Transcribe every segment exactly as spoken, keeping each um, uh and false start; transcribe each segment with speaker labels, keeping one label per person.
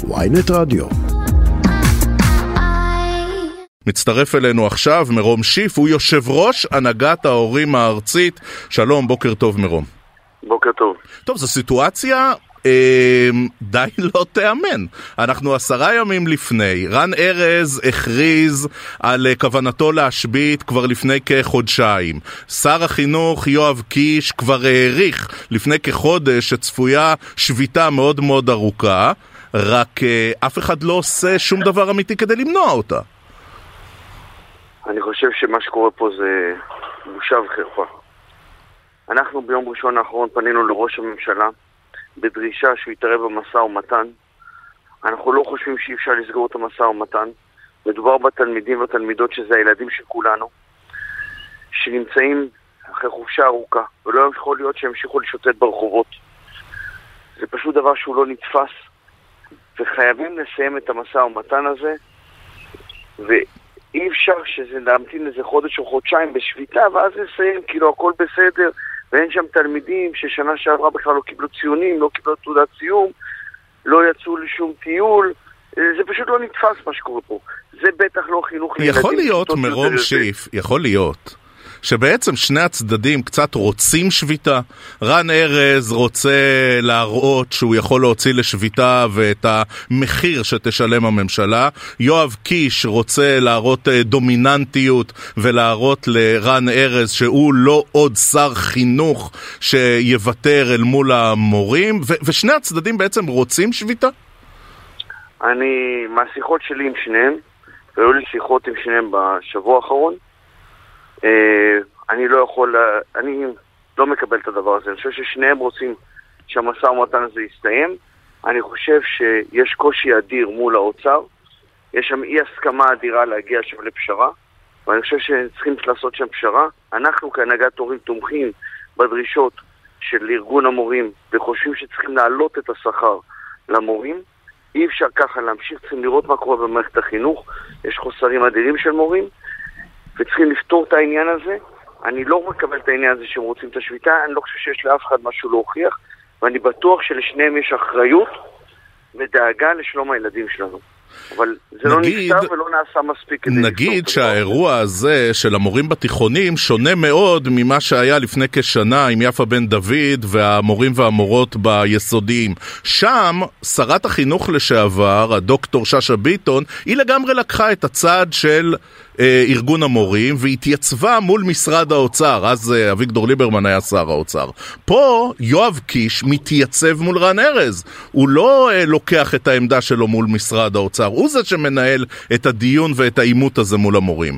Speaker 1: וויינט רדיו.
Speaker 2: מצטרף אלינו עכשיו מרום שיף, הוא יושב ראש הנהגת ההורים הארצית. שלום, בוקר טוב מרום.
Speaker 3: בוקר טוב.
Speaker 2: טוב, זו סיטואציה אה, די לא תאמן. אנחנו עשרה ימים לפני, רן ארז הכריז על כוונתו להשבית כבר לפני כחודשיים. שר החינוך יואב קיש כבר העריך לפני כחודש שצפויה שביתה מאוד מאוד ארוכה, רק אה, אף אחד לא עושה שום דבר אמיתי כדי למנוע אותה.
Speaker 3: אני חושב שמה שקורה פה זה בושה וחרפה. אנחנו ביום ראשון האחרון פנינו לראש הממשלה בדרישה שהוא יתערב במשא ומתן. אנחנו לא חושבים שאי אפשר לסגור את המשא ומתן. מדובר בתלמידים ותלמידות שזה הילדים של כולנו, שנמצאים אחרי חופשה ארוכה, ולא יכול להיות שהם ימשיכו לשוטט ברחובות. זה פשוט דבר שהוא לא נתפס, וחייבים לסיים את המשא ומתן הזה, ו... אי אפשר שזה להמתין איזה חודש או חודשיים בשביתה, ואז לסיים, כאילו הכל בסדר, ואין שם תלמידים ששנה שעברה בכלל לא קיבלו ציונים, לא קיבלו תעודת סיום, לא יצאו לשום טיול, זה פשוט לא נתפס מה שקורה פה. זה בטח לא חינוך לילדים.
Speaker 2: יכול להיות, מרום שיף, יכול להיות. שבעצם שני הצדדים קצת רוצים שביתה. רן ארז רוצה להראות שהוא יכול להוציא לשביתה ואת המחיר שתשלם הממשלה. יואב קיש רוצה להראות דומיננטיות ולהראות לרן ארז שהוא לא עוד שר חינוך שיוותר אל מול המורים, ו- ושני הצדדים בעצם רוצים שביתה?
Speaker 3: אני, מהשיחות שלי עם שניהם, והיו לי שיחות עם שניהם בשבוע האחרון, אני לא יכול, אני לא מקבל את הדבר הזה. אני חושב ששניהם רוצים שהמשא ומתן הזה יסתיים. אני חושב שיש קושי אדיר מול האוצר, יש שם אי הסכמה אדירה להגיע שם לפשרה, ואני חושב שצריכים לעשות שם פשרה. אנחנו כהנהגת הורים תומכים בדרישות של ארגון המורים, וחושבים שצריכים להעלות את השכר למורים. אי אפשר ככה להמשיך, צריכים לראות מה קורה במערכת החינוך, יש חוסרים אדירים של מורים, וצריכים לפתור את העניין הזה. אני לא מקבל את העניין הזה שהם רוצים את השביתה, אני לא חושב שיש לאף אחד משהו להוכיח, ואני בטוח שלשניהם יש אחריות ודאגה לשלום הילדים שלנו. אבל זה נגיד, לא נכתב ולא נעשה מספיק כדי
Speaker 2: נגיד שהאירוע הזה של המורים בתיכונים שונה מאוד ממה שהיה לפני כשנה עם יפה בן דוד והמורים והמורות ביסודיים. שם שרת החינוך לשעבר, הדוקטור שאשא ביטון, היא לגמרי לקחה את הצד של אה, ארגון המורים והתייצבה מול משרד האוצר. אז אה, אביגדור ליברמן היה שר האוצר. פה יואב קיש מתייצב מול רן ארז. הוא לא אה, לוקח את העמדה שלו מול משרד האוצר. הוא זה שמנהל את הדיון ואת האימות הזה מול המורים.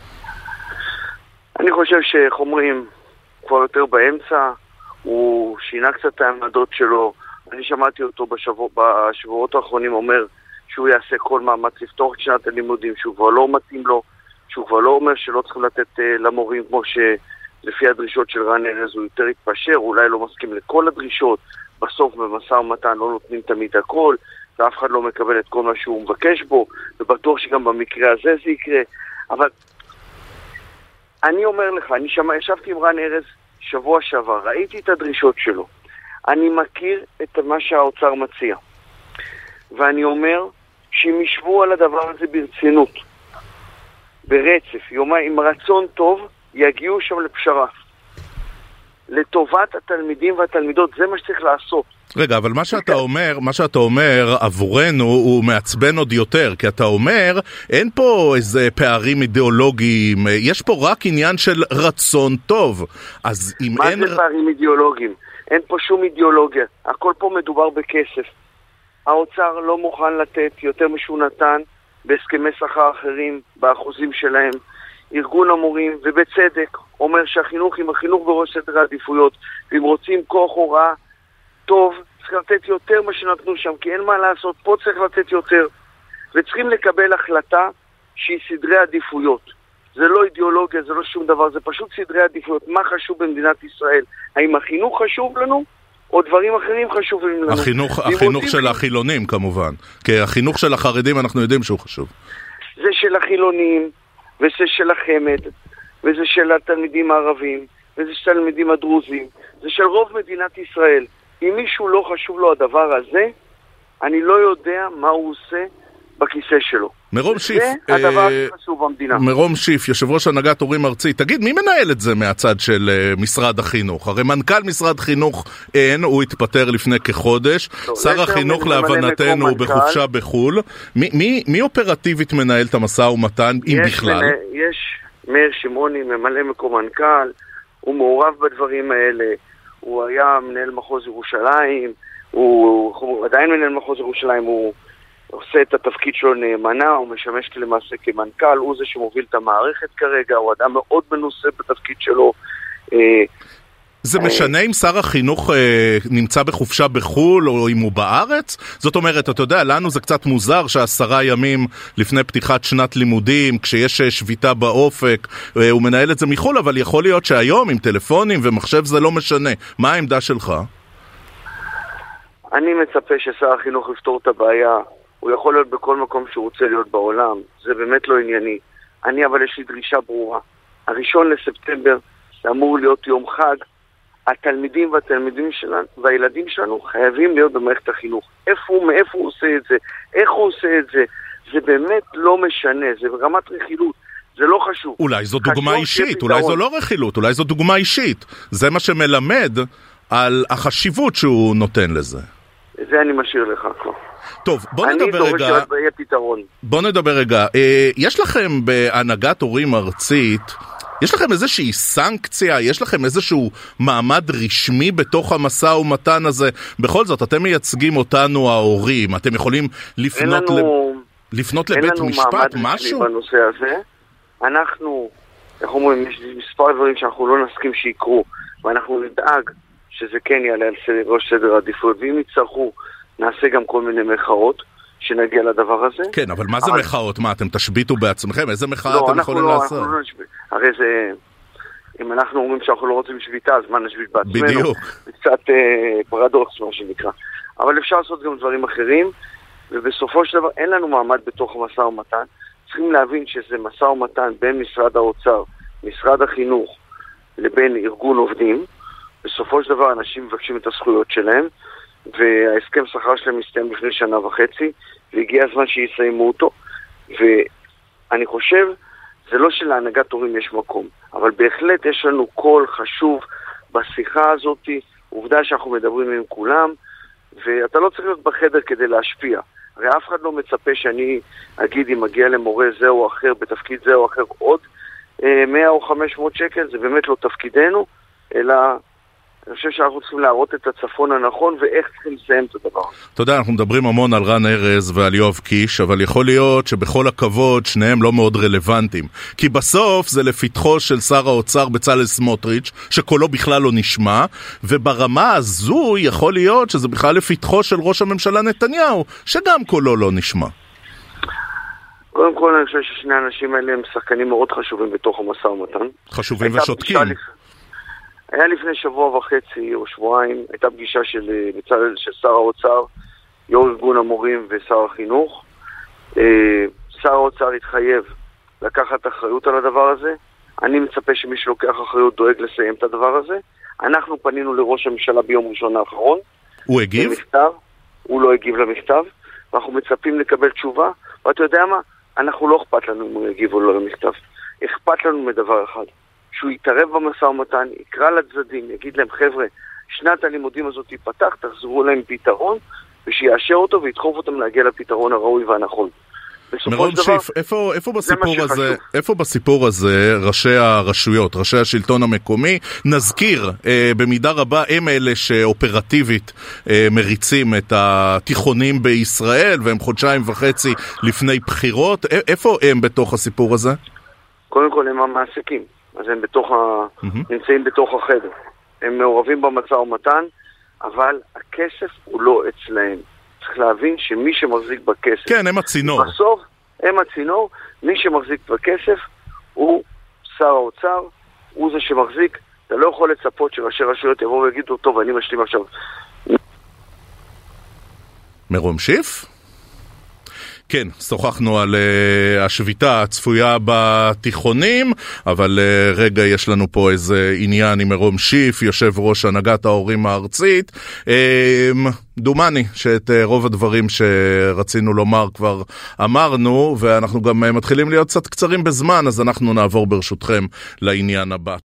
Speaker 3: אני חושב שחומרים כבר יותר באמצע, הוא שינה קצת את העמדות שלו. אני שמעתי אותו בשבוע, בשבועות האחרונים אומר שהוא יעשה כל מאמץ לפתוח את שנת הלימודים, שהוא כבר לא מתאים לו, שהוא כבר לא אומר שלא צריכים לתת uh, למורים כמו שלפי הדרישות של רן ארז הוא יותר יתפשר, הוא אולי לא מסכים לכל הדרישות, בסוף במשא ומתן לא נותנים תמיד הכל, ואף אחד לא מקבל את כל מה שהוא מבקש בו, ובטוח שגם במקרה הזה זה יקרה. אבל אני אומר לך, אני שמע, ישבתי עם רן ארז שבוע שעבר, ראיתי את הדרישות שלו, אני מכיר את מה שהאוצר מציע, ואני אומר שהם ישבו על הדבר הזה ברצינות, ברצף, יומיים, עם רצון טוב, יגיעו שם לפשרה. לטובת התלמידים והתלמידות, זה מה שצריך לעשות.
Speaker 2: רגע, אבל מה שאתה אומר, מה שאתה אומר עבורנו הוא מעצבן עוד יותר, כי אתה אומר, אין פה איזה פערים אידיאולוגיים, יש פה רק עניין של רצון טוב. אז אם
Speaker 3: מה
Speaker 2: אין...
Speaker 3: זה פערים אידיאולוגיים? אין פה שום אידיאולוגיה. הכל פה מדובר בכסף. האוצר לא מוכן לתת יותר משהו נתן בהסכמי שכר אחרים, באחוזים שלהם. ארגון המורים, ובצדק, אומר שהחינוך עם החינוך בראש סדר העדיפויות, ואם רוצים כוח הוראה טוב, צריך לתת יותר מה שנתנו שם, כי אין מה לעשות, פה צריך לתת יותר. וצריכים לקבל החלטה שהיא סדרי עדיפויות. זה לא אידיאולוגיה, זה לא שום דבר, זה פשוט סדרי עדיפויות. מה חשוב במדינת ישראל? האם החינוך חשוב לנו? או דברים אחרים חשובים לנו?
Speaker 2: החינוך, החינוך של החילונים כמובן. כי החינוך של החרדים אנחנו יודעים שהוא חשוב.
Speaker 3: זה של החילונים, וזה של החמד, וזה של התלמידים הערבים, וזה של התלמידים הדרוזים, זה של רוב מדינת ישראל. אם מישהו לא חשוב לו הדבר הזה, אני לא יודע מה הוא עושה בכיסא שלו.
Speaker 2: מרום שיף,
Speaker 3: זה הדבר הכי חשוב במדינה.
Speaker 2: מרום שיף, יושב ראש הנהגת הורים ארצי, תגיד, מי מנהל את זה מהצד של משרד החינוך? הרי מנכ"ל משרד חינוך אין, הוא התפטר לפני כחודש, שר החינוך להבנתנו הוא בחופשה בחול. מי אופרטיבית מנהל את המשא ומתן, אם בכלל?
Speaker 3: יש מאיר שמעוני, ממלא מקום מנכ"ל, הוא מעורב בדברים האלה, הוא היה מנהל מחוז ירושלים, הוא עדיין מנהל מחוז ירושלים, הוא עושה את התפקיד שלו נאמנה, הוא משמש למעשה כמנכ"ל, הוא זה שמוביל את המערכת כרגע, הוא אדם מאוד מנוסה בתפקיד שלו.
Speaker 2: זה משנה אם שר החינוך אה, נמצא בחופשה בחול או אם הוא בארץ? זאת אומרת, אתה יודע, לנו זה קצת מוזר שעשרה ימים לפני פתיחת שנת לימודים, כשיש שביתה באופק, אה, הוא מנהל את זה מחול, אבל יכול להיות שהיום עם טלפונים ומחשב זה לא משנה. מה העמדה שלך?
Speaker 3: אני מצפה ששר החינוך יפתור את הבעיה. הוא יכול להיות בכל מקום שהוא רוצה להיות בעולם. זה באמת לא ענייני. אני אבל יש לי דרישה ברורה. הראשון לספטמבר זה אמור להיות יום חג. התלמידים והתלמידים שלנו והילדים שלנו חייבים להיות במערכת החינוך. איפה הוא, מאיפה הוא עושה את זה? איך הוא עושה את זה? זה באמת לא משנה. זה ברמת רכילות. זה לא חשוב.
Speaker 2: אולי זו דוגמה אישית. אולי זו לא רכילות. אולי זו דוגמה אישית. זה מה שמלמד על החשיבות שהוא נותן לזה.
Speaker 3: זה אני משאיר לך כבר.
Speaker 2: טוב, בוא נדבר רגע.
Speaker 3: אני דורש שיהיה פתרון.
Speaker 2: בוא נדבר רגע. אה, יש לכם בהנהגת הורים ארצית, יש לכם איזושהי סנקציה? יש לכם איזשהו מעמד רשמי בתוך המשא ומתן הזה? בכל זאת, אתם מייצגים אותנו ההורים. אתם יכולים לפנות,
Speaker 3: לנו,
Speaker 2: ל... לפנות לבית משפט, משהו?
Speaker 3: בנושא הזה. אנחנו, איך אומרים, יש מספר דברים שאנחנו לא נסכים שיקרו, ואנחנו נדאג שזה כן יעלה על ראש סדר העדיפויות, ואם יצטרכו, נעשה גם כל מיני מחאות שנגיע לדבר הזה.
Speaker 2: כן, אבל מה זה אבל... מחאות? מה, אתם תשביתו בעצמכם? איזה מחאה לא, אתם יכולים
Speaker 3: לא,
Speaker 2: לעשות?
Speaker 3: אנחנו לא נשבית. הרי זה, אם אנחנו אומרים שאנחנו לא רוצים שביתה, אז מה נשבית בעצמנו?
Speaker 2: בדיוק.
Speaker 3: זה קצת אה, פרדוקס, מה שנקרא. אבל אפשר לעשות גם דברים אחרים, ובסופו של דבר אין לנו מעמד בתוך המשא ומתן. צריכים להבין שזה משא ומתן בין משרד האוצר, משרד החינוך, לבין ארגון עובדים. בסופו של דבר אנשים מבקשים את הזכויות שלהם, וההסכם שכר שלהם מסתיים לפני שנה וחצי, והגיע הזמן שיסיימו אותו, ואני חושב, זה לא שלהנהגת הורים יש מקום, אבל בהחלט יש לנו קול חשוב בשיחה הזאת, עובדה שאנחנו מדברים עם כולם, ואתה לא צריך להיות בחדר כדי להשפיע. הרי אף אחד לא מצפה שאני אגיד אם מגיע למורה זה או אחר, בתפקיד זה או אחר עוד מאה או חמש מאות שקל, זה באמת לא תפקידנו, אלא אני חושב שאנחנו צריכים להראות את הצפון הנכון ואיך צריכים לסיים את הדבר.
Speaker 2: אתה יודע, אנחנו מדברים המון על רן ארז ועל יואב קיש, אבל יכול להיות שבכל הכבוד שניהם לא מאוד רלוונטיים. כי בסוף זה לפתחו של שר האוצר בצלאל סמוטריץ', שקולו בכלל לא נשמע, וברמה הזו יכול להיות שזה בכלל לפתחו של ראש הממשלה נתניהו, שגם קולו לא נשמע.
Speaker 3: קודם כל אני חושב ששני האנשים האלה הם שחקנים מאוד חשובים בתוך המשא ומתן.
Speaker 2: חשובים ושותקים.
Speaker 3: היה לפני שבוע וחצי או שבועיים, הייתה פגישה של בצלאל, של שר האוצר, יו"ר ארגון המורים ושר החינוך. שר האוצר התחייב לקחת אחריות על הדבר הזה. אני מצפה שמי שלוקח אחריות דואג לסיים את הדבר הזה. אנחנו פנינו לראש הממשלה ביום ראשון האחרון.
Speaker 2: הוא הגיב?
Speaker 3: למכתב, הוא לא הגיב למכתב, ואנחנו מצפים לקבל תשובה. ואתה יודע מה? אנחנו לא אכפת לנו אם הוא יגיב או לא למכתב. אכפת לנו מדבר אחד. שהוא יתערב במשא ומתן, יקרא לצדדים, יגיד להם, חבר'ה, שנת הלימודים הזאת תיפתח, תחזרו להם פתרון, ושיאשר אותו וידחוף אותם להגיע לפתרון הראוי והנכון.
Speaker 2: מרום שיף, איפה, איפה בסיפור הזה, איפה בסיפור הזה ראשי הרשויות, ראשי השלטון המקומי, נזכיר, אה, במידה רבה הם אלה שאופרטיבית אה, מריצים את התיכונים בישראל, והם חודשיים וחצי לפני בחירות, א- איפה הם בתוך הסיפור הזה?
Speaker 3: קודם כל הם המעסיקים. אז הם בתוך ה... mm-hmm. נמצאים בתוך החדר. הם מעורבים במשא ומתן, אבל הכסף הוא לא אצלהם. צריך להבין שמי שמחזיק בכסף...
Speaker 2: כן, הם הצינור.
Speaker 3: בסוף, הם הצינור. מי שמחזיק בכסף הוא שר האוצר, הוא זה שמחזיק. אתה לא יכול לצפות שראשי רשויות יבואו ויגידו, טוב, אני משלים עכשיו.
Speaker 2: מרום שיף? כן, שוחחנו על uh, השביתה הצפויה בתיכונים, אבל uh, רגע יש לנו פה איזה עניין עם מרום שיף, יושב ראש הנהגת ההורים הארצית. Uh, דומני שאת uh, רוב הדברים שרצינו לומר כבר אמרנו, ואנחנו גם uh, מתחילים להיות קצת קצרים בזמן, אז אנחנו נעבור ברשותכם לעניין הבא.